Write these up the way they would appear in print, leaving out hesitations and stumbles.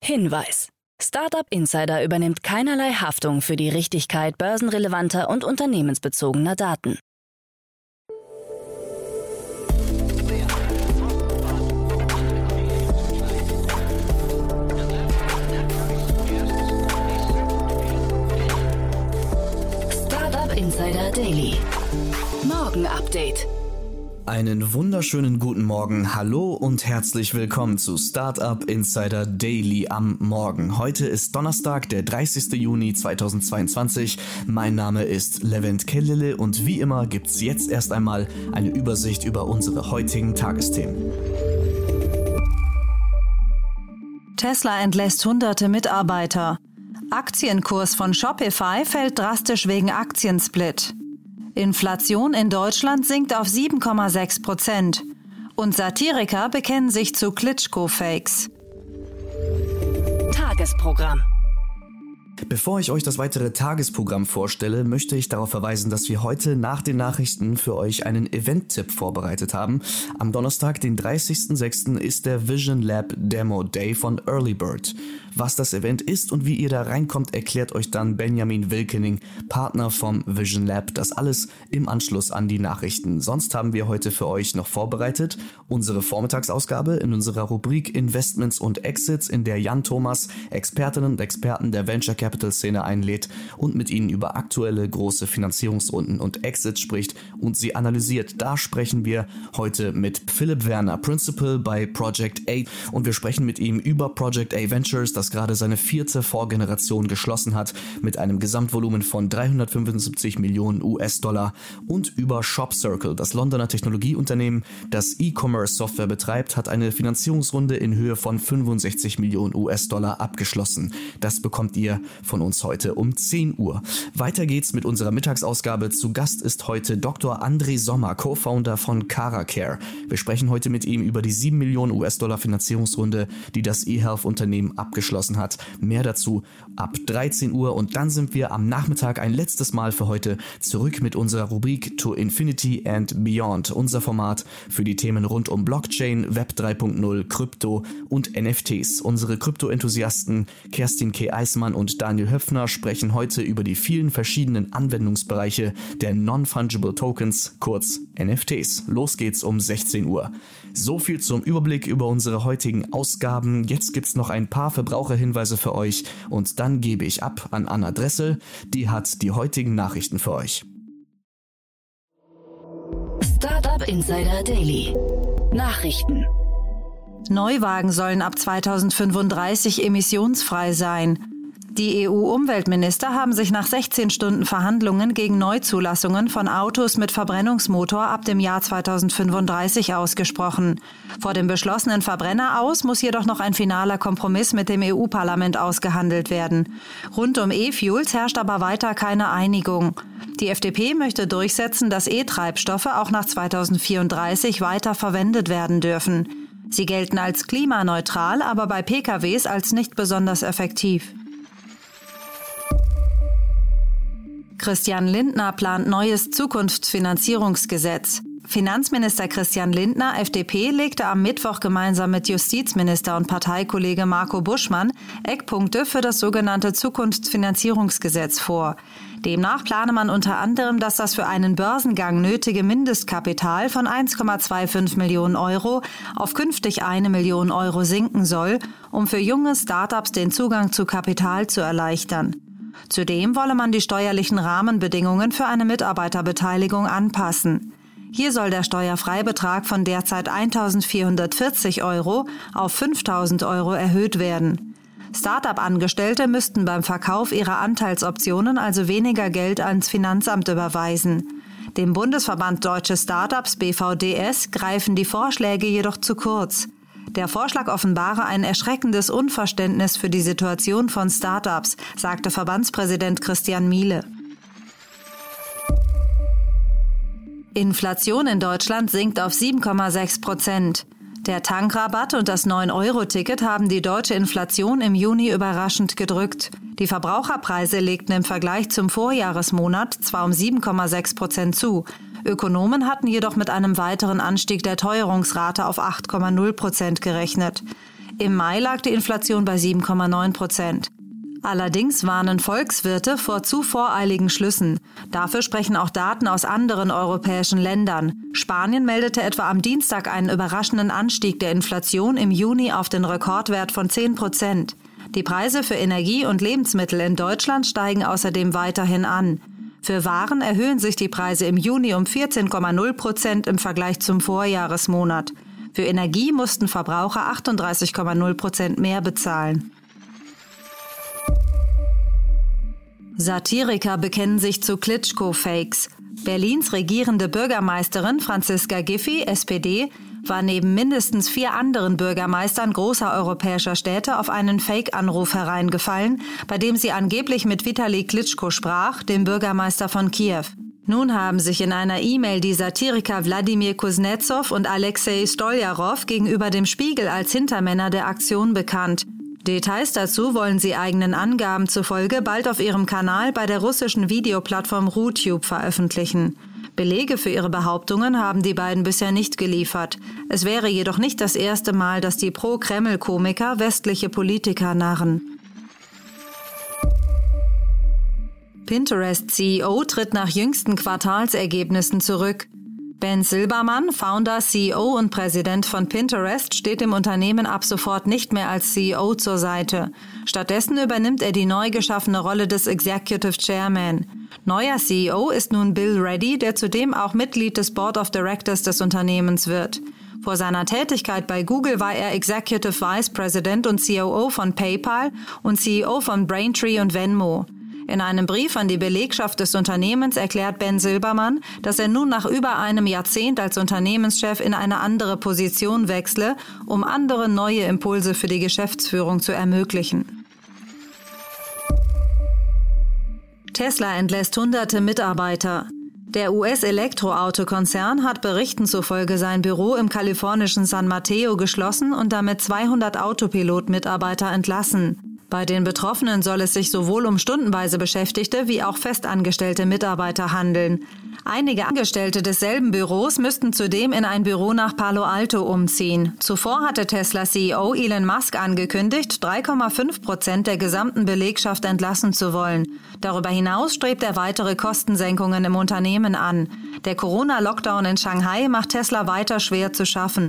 Hinweis: Startup Insider übernimmt keinerlei Haftung für die Richtigkeit börsenrelevanter und unternehmensbezogener Daten. Startup Insider Daily. Morgen Update. Einen wunderschönen guten Morgen, hallo und herzlich willkommen zu Startup Insider Daily am Morgen. Heute ist Donnerstag, der 30. Juni 2022. Mein Name ist Levent Kellele und wie immer gibt's jetzt erst einmal eine Übersicht über unsere heutigen Tagesthemen. Tesla entlässt hunderte Mitarbeiter. Aktienkurs von Shopify fällt drastisch wegen Aktiensplit. Inflation in Deutschland sinkt auf 7,6%. Und Satiriker bekennen sich zu Klitschko-Fakes. Tagesprogramm. Bevor ich euch das weitere Tagesprogramm vorstelle, möchte ich darauf verweisen, dass wir heute nach den Nachrichten für euch einen Event-Tipp vorbereitet haben. Am Donnerstag, den 30.06. ist der Vision Lab Demo Day von Early Bird. Was das Event ist und wie ihr da reinkommt, erklärt euch dann Benjamin Wilkening, Partner vom Vision Lab. Das alles im Anschluss an die Nachrichten. Sonst haben wir heute für euch noch vorbereitet unsere Vormittagsausgabe in unserer Rubrik Investments und Exits, in der Jan Thomas Expertinnen und Experten der Venture Capital Szene einlädt und mit ihnen über aktuelle große Finanzierungsrunden und Exits spricht und sie analysiert. Da sprechen wir heute mit Philipp Werner, Principal bei Project A, und wir sprechen mit ihm über Project A Ventures, das gerade seine 4. Vorgeneration geschlossen hat mit einem Gesamtvolumen von 375 Millionen US-Dollar, und über ShopCircle, das Londoner Technologieunternehmen, das E-Commerce-Software betreibt, hat eine Finanzierungsrunde in Höhe von 65 Millionen US-Dollar abgeschlossen. Das bekommt ihr von uns heute um 10 Uhr. Weiter geht's mit unserer Mittagsausgabe. Zu Gast ist heute Dr. André Sommer, Co-Founder von CaraCare. Wir sprechen heute mit ihm über die 7 Millionen US-Dollar Finanzierungsrunde, die das eHealth-Unternehmen abgeschlossen hat. Mehr dazu ab 13 Uhr, und dann sind wir am Nachmittag ein letztes Mal für heute zurück mit unserer Rubrik To Infinity and Beyond, unser Format für die Themen rund um Blockchain, Web 3.0, Krypto und NFTs. Unsere Krypto-Enthusiasten Kerstin K. Eismann und Daniel Höpfner sprechen heute über die vielen verschiedenen Anwendungsbereiche der Non-Fungible Tokens, kurz NFTs. Los geht's um 16 Uhr. So viel zum Überblick über unsere heutigen Ausgaben. Jetzt gibt's noch ein paar Verbraucherhinweise für euch und dann gebe ich ab an Anna Dressel. Die hat die heutigen Nachrichten für euch. Startup Insider Daily. Nachrichten. Neuwagen sollen ab 2035 emissionsfrei sein. Die EU-Umweltminister haben sich nach 16 Stunden Verhandlungen gegen Neuzulassungen von Autos mit Verbrennungsmotor ab dem Jahr 2035 ausgesprochen. Vor dem beschlossenen Verbrenner aus muss jedoch noch ein finaler Kompromiss mit dem EU-Parlament ausgehandelt werden. Rund um E-Fuels herrscht aber weiter keine Einigung. Die FDP möchte durchsetzen, dass E-Treibstoffe auch nach 2034 weiter verwendet werden dürfen. Sie gelten als klimaneutral, aber bei PKWs als nicht besonders effektiv. Christian Lindner plant neues Zukunftsfinanzierungsgesetz. Finanzminister Christian Lindner, FDP, legte am Mittwoch gemeinsam mit Justizminister und Parteikollege Marco Buschmann Eckpunkte für das sogenannte Zukunftsfinanzierungsgesetz vor. Demnach plane man unter anderem, dass das für einen Börsengang nötige Mindestkapital von 1,25 Millionen Euro auf künftig 1 Million Euro sinken soll, um für junge Startups den Zugang zu Kapital zu erleichtern. Zudem wolle man die steuerlichen Rahmenbedingungen für eine Mitarbeiterbeteiligung anpassen. Hier soll der Steuerfreibetrag von derzeit 1.440 Euro auf 5.000 Euro erhöht werden. Start-up-Angestellte müssten beim Verkauf ihrer Anteilsoptionen also weniger Geld ans Finanzamt überweisen. Dem Bundesverband Deutsche Startups BVDS greifen die Vorschläge jedoch zu kurz. Der Vorschlag offenbare ein erschreckendes Unverständnis für die Situation von Startups, sagte Verbandspräsident Christian Miele. Inflation in Deutschland sinkt auf 7,6%. Der Tankrabatt und das 9-Euro-Ticket haben die deutsche Inflation im Juni überraschend gedrückt. Die Verbraucherpreise legten im Vergleich zum Vorjahresmonat zwar um 7,6% zu. Ökonomen hatten jedoch mit einem weiteren Anstieg der Teuerungsrate auf 8,0% gerechnet. Im Mai lag die Inflation bei 7,9%. Allerdings warnen Volkswirte vor zu voreiligen Schlüssen. Dafür sprechen auch Daten aus anderen europäischen Ländern. Spanien meldete etwa am Dienstag einen überraschenden Anstieg der Inflation im Juni auf den Rekordwert von 10%. Die Preise für Energie und Lebensmittel in Deutschland steigen außerdem weiterhin an. Für Waren erhöhen sich die Preise im Juni um 14,0% im Vergleich zum Vorjahresmonat. Für Energie mussten Verbraucher 38,0% mehr bezahlen. Satiriker bekennen sich zu Klitschko-Fakes. Berlins regierende Bürgermeisterin Franziska Giffey, SPD, war neben mindestens 4 anderen Bürgermeistern großer europäischer Städte auf einen Fake-Anruf hereingefallen, bei dem sie angeblich mit Vitali Klitschko sprach, dem Bürgermeister von Kiew. Nun haben sich in einer E-Mail die Satiriker Wladimir Kuznetsov und Alexei Stoljarow gegenüber dem Spiegel als Hintermänner der Aktion bekannt. Details dazu wollen sie eigenen Angaben zufolge bald auf ihrem Kanal bei der russischen Videoplattform RuTube veröffentlichen. Belege für ihre Behauptungen haben die beiden bisher nicht geliefert. Es wäre jedoch nicht das erste Mal, dass die Pro-Kreml-Komiker westliche Politiker narren. Pinterest-CEO tritt nach jüngsten Quartalsergebnissen zurück. Ben Silbermann, Founder, CEO und Präsident von Pinterest, steht dem Unternehmen ab sofort nicht mehr als CEO zur Seite. Stattdessen übernimmt er die neu geschaffene Rolle des Executive Chairman. Neuer CEO ist nun Bill Ready, der zudem auch Mitglied des Board of Directors des Unternehmens wird. Vor seiner Tätigkeit bei Google war er Executive Vice President und COO von PayPal und CEO von Braintree und Venmo. In einem Brief an die Belegschaft des Unternehmens erklärt Ben Silbermann, dass er nun nach über einem Jahrzehnt als Unternehmenschef in eine andere Position wechsle, um andere neue Impulse für die Geschäftsführung zu ermöglichen. Tesla entlässt hunderte Mitarbeiter. Der US-Elektroautokonzern hat Berichten zufolge sein Büro im kalifornischen San Mateo geschlossen und damit 200 Autopilot-Mitarbeiter entlassen. Bei den Betroffenen soll es sich sowohl um stundenweise Beschäftigte wie auch festangestellte Mitarbeiter handeln. Einige Angestellte desselben Büros müssten zudem in ein Büro nach Palo Alto umziehen. Zuvor hatte Tesla-CEO Elon Musk angekündigt, 3,5% der gesamten Belegschaft entlassen zu wollen. Darüber hinaus strebt er weitere Kostensenkungen im Unternehmen an. Der Corona-Lockdown in Shanghai macht Tesla weiter schwer zu schaffen.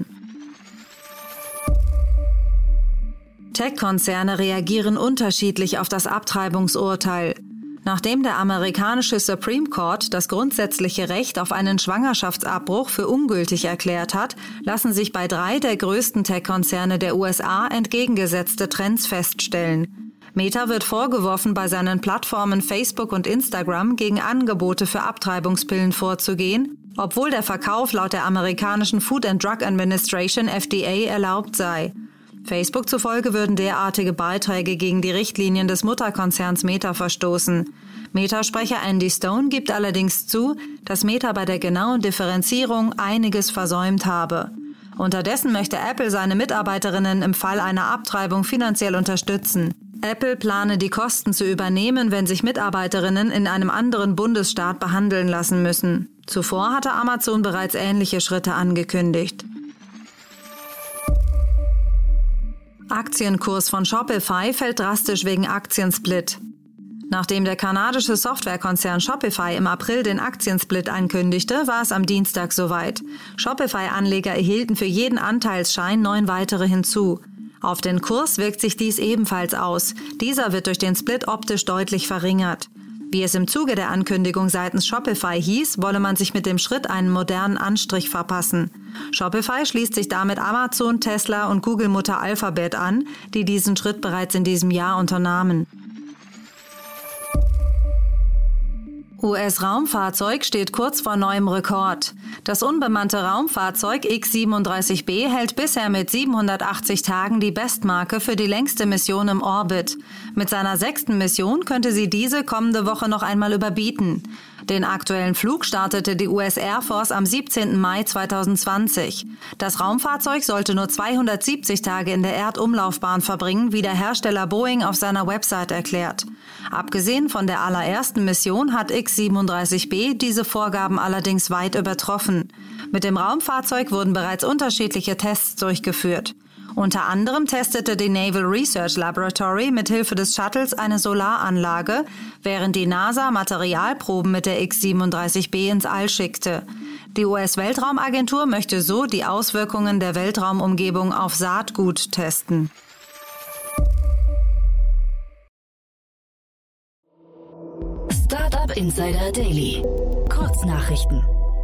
Tech-Konzerne reagieren unterschiedlich auf das Abtreibungsurteil. Nachdem der amerikanische Supreme Court das grundsätzliche Recht auf einen Schwangerschaftsabbruch für ungültig erklärt hat, lassen sich bei 3 der größten Tech-Konzerne der USA entgegengesetzte Trends feststellen. Meta wird vorgeworfen, bei seinen Plattformen Facebook und Instagram gegen Angebote für Abtreibungspillen vorzugehen, obwohl der Verkauf laut der amerikanischen Food and Drug Administration FDA erlaubt sei. Facebook zufolge würden derartige Beiträge gegen die Richtlinien des Mutterkonzerns Meta verstoßen. Meta-Sprecher Andy Stone gibt allerdings zu, dass Meta bei der genauen Differenzierung einiges versäumt habe. Unterdessen möchte Apple seine Mitarbeiterinnen im Fall einer Abtreibung finanziell unterstützen. Apple plane, die Kosten zu übernehmen, wenn sich Mitarbeiterinnen in einem anderen Bundesstaat behandeln lassen müssen. Zuvor hatte Amazon bereits ähnliche Schritte angekündigt. Aktienkurs von Shopify fällt drastisch wegen Aktiensplit. Nachdem der kanadische Softwarekonzern Shopify im April den Aktiensplit ankündigte, war es am Dienstag soweit. Shopify-Anleger erhielten für jeden Anteilsschein 9 weitere hinzu. Auf den Kurs wirkt sich dies ebenfalls aus. Dieser wird durch den Split optisch deutlich verringert. Wie es im Zuge der Ankündigung seitens Shopify hieß, wolle man sich mit dem Schritt einen modernen Anstrich verpassen. Shopify schließt sich damit Amazon, Tesla und Google-Mutter Alphabet an, die diesen Schritt bereits in diesem Jahr unternahmen. US-Raumfahrzeug steht kurz vor neuem Rekord. Das unbemannte Raumfahrzeug X-37B hält bisher mit 780 Tagen die Bestmarke für die längste Mission im Orbit. Mit seiner 6. Mission könnte sie diese kommende Woche noch einmal überbieten. Den aktuellen Flug startete die US Air Force am 17. Mai 2020. Das Raumfahrzeug sollte nur 270 Tage in der Erdumlaufbahn verbringen, wie der Hersteller Boeing auf seiner Website erklärt. Abgesehen von der allerersten Mission hat X-37B diese Vorgaben allerdings weit übertroffen. Mit dem Raumfahrzeug wurden bereits unterschiedliche Tests durchgeführt. Unter anderem testete die Naval Research Laboratory mithilfe des Shuttles eine Solaranlage, während die NASA Materialproben mit der X-37B ins All schickte. Die US-Weltraumagentur möchte so die Auswirkungen der Weltraumumgebung auf Saatgut testen. Startup Insider Daily. Kurznachrichten.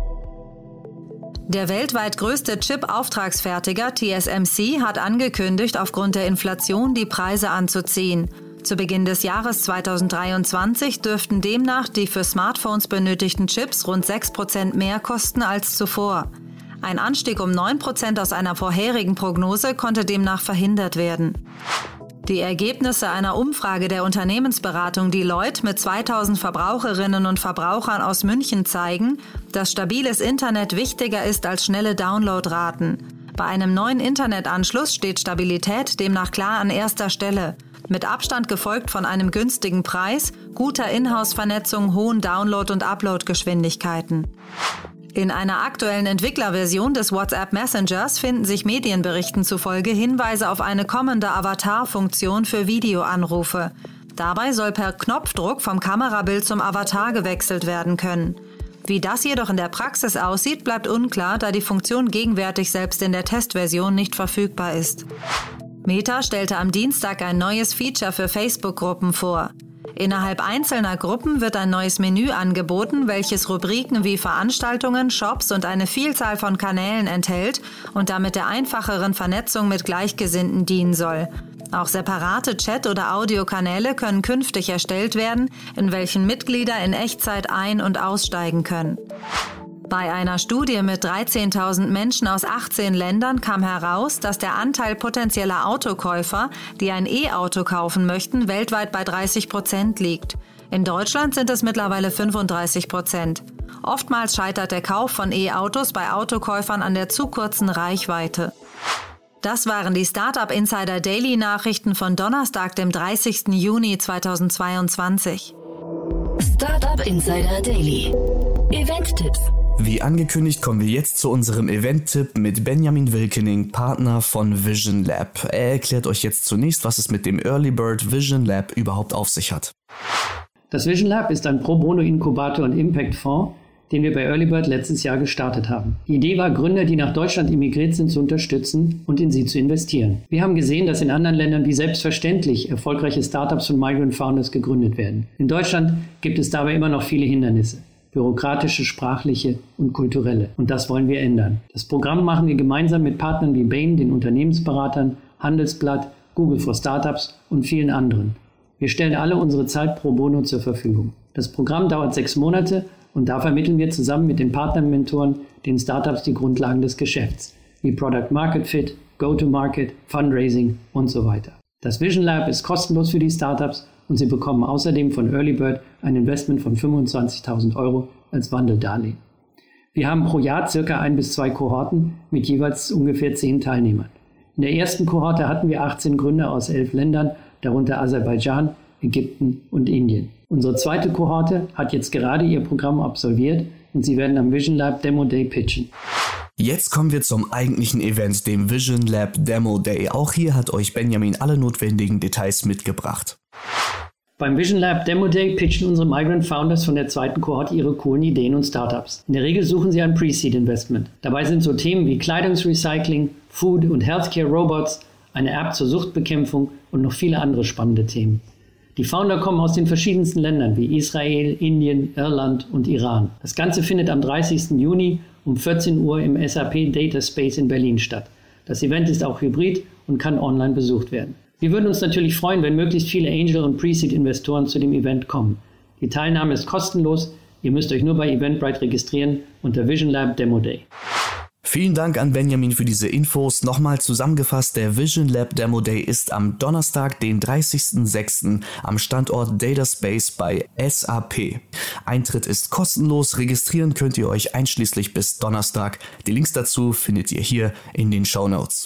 Der weltweit größte Chip-Auftragsfertiger TSMC hat angekündigt, aufgrund der Inflation die Preise anzuziehen. Zu Beginn des Jahres 2023 dürften demnach die für Smartphones benötigten Chips rund 6% mehr kosten als zuvor. Ein Anstieg um 9% aus einer vorherigen Prognose konnte demnach verhindert werden. Die Ergebnisse einer Umfrage der Unternehmensberatung Deloitte mit 2000 Verbraucherinnen und Verbrauchern aus München zeigen, dass stabiles Internet wichtiger ist als schnelle Downloadraten. Bei einem neuen Internetanschluss steht Stabilität demnach klar an erster Stelle. Mit Abstand gefolgt von einem günstigen Preis, guter Inhouse-Vernetzung, hohen Download- und Upload-Geschwindigkeiten. In einer aktuellen Entwicklerversion des WhatsApp Messengers finden sich Medienberichten zufolge Hinweise auf eine kommende Avatar-Funktion für Videoanrufe. Dabei soll per Knopfdruck vom Kamerabild zum Avatar gewechselt werden können. Wie das jedoch in der Praxis aussieht, bleibt unklar, da die Funktion gegenwärtig selbst in der Testversion nicht verfügbar ist. Meta stellte am Dienstag ein neues Feature für Facebook-Gruppen vor. Innerhalb einzelner Gruppen wird ein neues Menü angeboten, welches Rubriken wie Veranstaltungen, Shops und eine Vielzahl von Kanälen enthält und damit der einfacheren Vernetzung mit Gleichgesinnten dienen soll. Auch separate Chat- oder Audiokanäle können künftig erstellt werden, in welchen Mitglieder in Echtzeit ein- und aussteigen können. Bei einer Studie mit 13.000 Menschen aus 18 Ländern kam heraus, dass der Anteil potenzieller Autokäufer, die ein E-Auto kaufen möchten, weltweit bei 30% liegt. In Deutschland sind es mittlerweile 35%. Oftmals scheitert der Kauf von E-Autos bei Autokäufern an der zu kurzen Reichweite. Das waren die Startup Insider Daily Nachrichten von Donnerstag, dem 30. Juni 2022. Startup Insider Daily. Event-Tipps. Wie angekündigt kommen wir jetzt zu unserem Event-Tipp mit Benjamin Wilkening, Partner von Vision Lab. Er erklärt euch jetzt zunächst, was es mit dem Early Bird Vision Lab überhaupt auf sich hat. Das Vision Lab ist ein Pro-Bono-Inkubator und Impact-Fonds, den wir bei Early Bird letztes Jahr gestartet haben. Die Idee war, Gründer, die nach Deutschland emigriert sind, zu unterstützen und in sie zu investieren. Wir haben gesehen, dass in anderen Ländern wie selbstverständlich erfolgreiche Startups von Migrant Founders gegründet werden. In Deutschland gibt es dabei immer noch viele Hindernisse. Bürokratische, sprachliche und kulturelle. Und das wollen wir ändern. Das Programm machen wir gemeinsam mit Partnern wie Bain, den Unternehmensberatern, Handelsblatt, Google for Startups und vielen anderen. Wir stellen alle unsere Zeit pro bono zur Verfügung. Das Programm dauert 6 Monate und da vermitteln wir zusammen mit den Partnermentoren den Startups die Grundlagen des Geschäfts, wie Product Market Fit, Go-to-Market, Fundraising und so weiter. Das Vision Lab ist kostenlos für die Startups und sie bekommen außerdem von Early Bird ein Investment von 25.000 € als Wandeldarlehen. Wir haben pro Jahr ca. 1 bis 2 Kohorten mit jeweils ungefähr 10 Teilnehmern. In der ersten Kohorte hatten wir 18 Gründer aus 11 Ländern, darunter Aserbaidschan, Ägypten und Indien. Unsere zweite Kohorte hat jetzt gerade ihr Programm absolviert und sie werden am Vision Lab Demo Day pitchen. Jetzt kommen wir zum eigentlichen Event, dem Vision Lab Demo Day. Auch hier hat euch Benjamin alle notwendigen Details mitgebracht. Beim Vision Lab Demo Day pitchen unsere Migrant Founders von der zweiten Kohorte ihre coolen Ideen und Startups. In der Regel suchen sie ein Pre-Seed-Investment. Dabei sind so Themen wie Kleidungsrecycling, Food- und Healthcare-Robots, eine App zur Suchtbekämpfung und noch viele andere spannende Themen. Die Founder kommen aus den verschiedensten Ländern wie Israel, Indien, Irland und Iran. Das Ganze findet am 30. Juni um 14 Uhr im SAP Data Space in Berlin statt. Das Event ist auch hybrid und kann online besucht werden. Wir würden uns natürlich freuen, wenn möglichst viele Angel- und Pre-Seed-Investoren zu dem Event kommen. Die Teilnahme ist kostenlos. Ihr müsst euch nur bei Eventbrite registrieren unter Vision Lab Demo Day. Vielen Dank an Benjamin für diese Infos. Nochmal zusammengefasst, der Vision Lab Demo Day ist am Donnerstag, den 30.06. am Standort Data Space bei SAP. Eintritt ist kostenlos, registrieren könnt ihr euch einschließlich bis Donnerstag. Die Links dazu findet ihr hier in den Shownotes.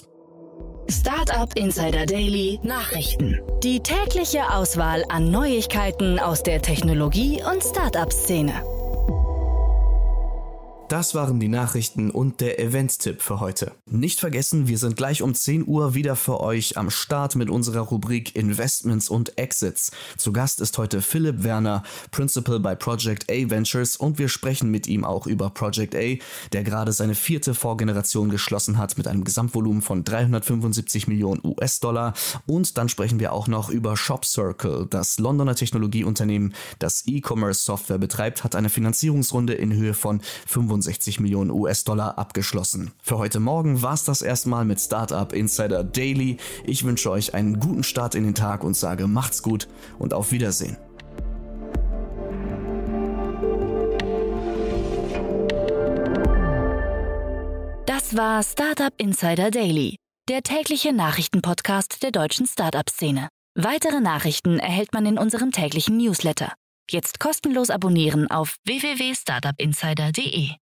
Startup Insider Daily Nachrichten. Die tägliche Auswahl an Neuigkeiten aus der Technologie- und Startup-Szene. Das waren die Nachrichten und der Event-Tipp für heute. Nicht vergessen, wir sind gleich um 10 Uhr wieder für euch am Start mit unserer Rubrik Investments und Exits. Zu Gast ist heute Philipp Werner, Principal bei Project A Ventures, und wir sprechen mit ihm auch über Project A, der gerade seine 4. Vorgeneration geschlossen hat mit einem Gesamtvolumen von 375 Millionen US-Dollar. Und dann sprechen wir auch noch über ShopCircle. Das Londoner Technologieunternehmen, das E-Commerce-Software betreibt, hat eine Finanzierungsrunde in Höhe von 65 Millionen US-Dollar abgeschlossen. Für heute Morgen war es das erstmal mit Startup Insider Daily. Ich wünsche euch einen guten Start in den Tag und sage macht's gut und auf Wiedersehen. Das war Startup Insider Daily, der tägliche Nachrichtenpodcast der deutschen Startup-Szene. Weitere Nachrichten erhält man in unserem täglichen Newsletter. Jetzt kostenlos abonnieren auf www.startupinsider.de.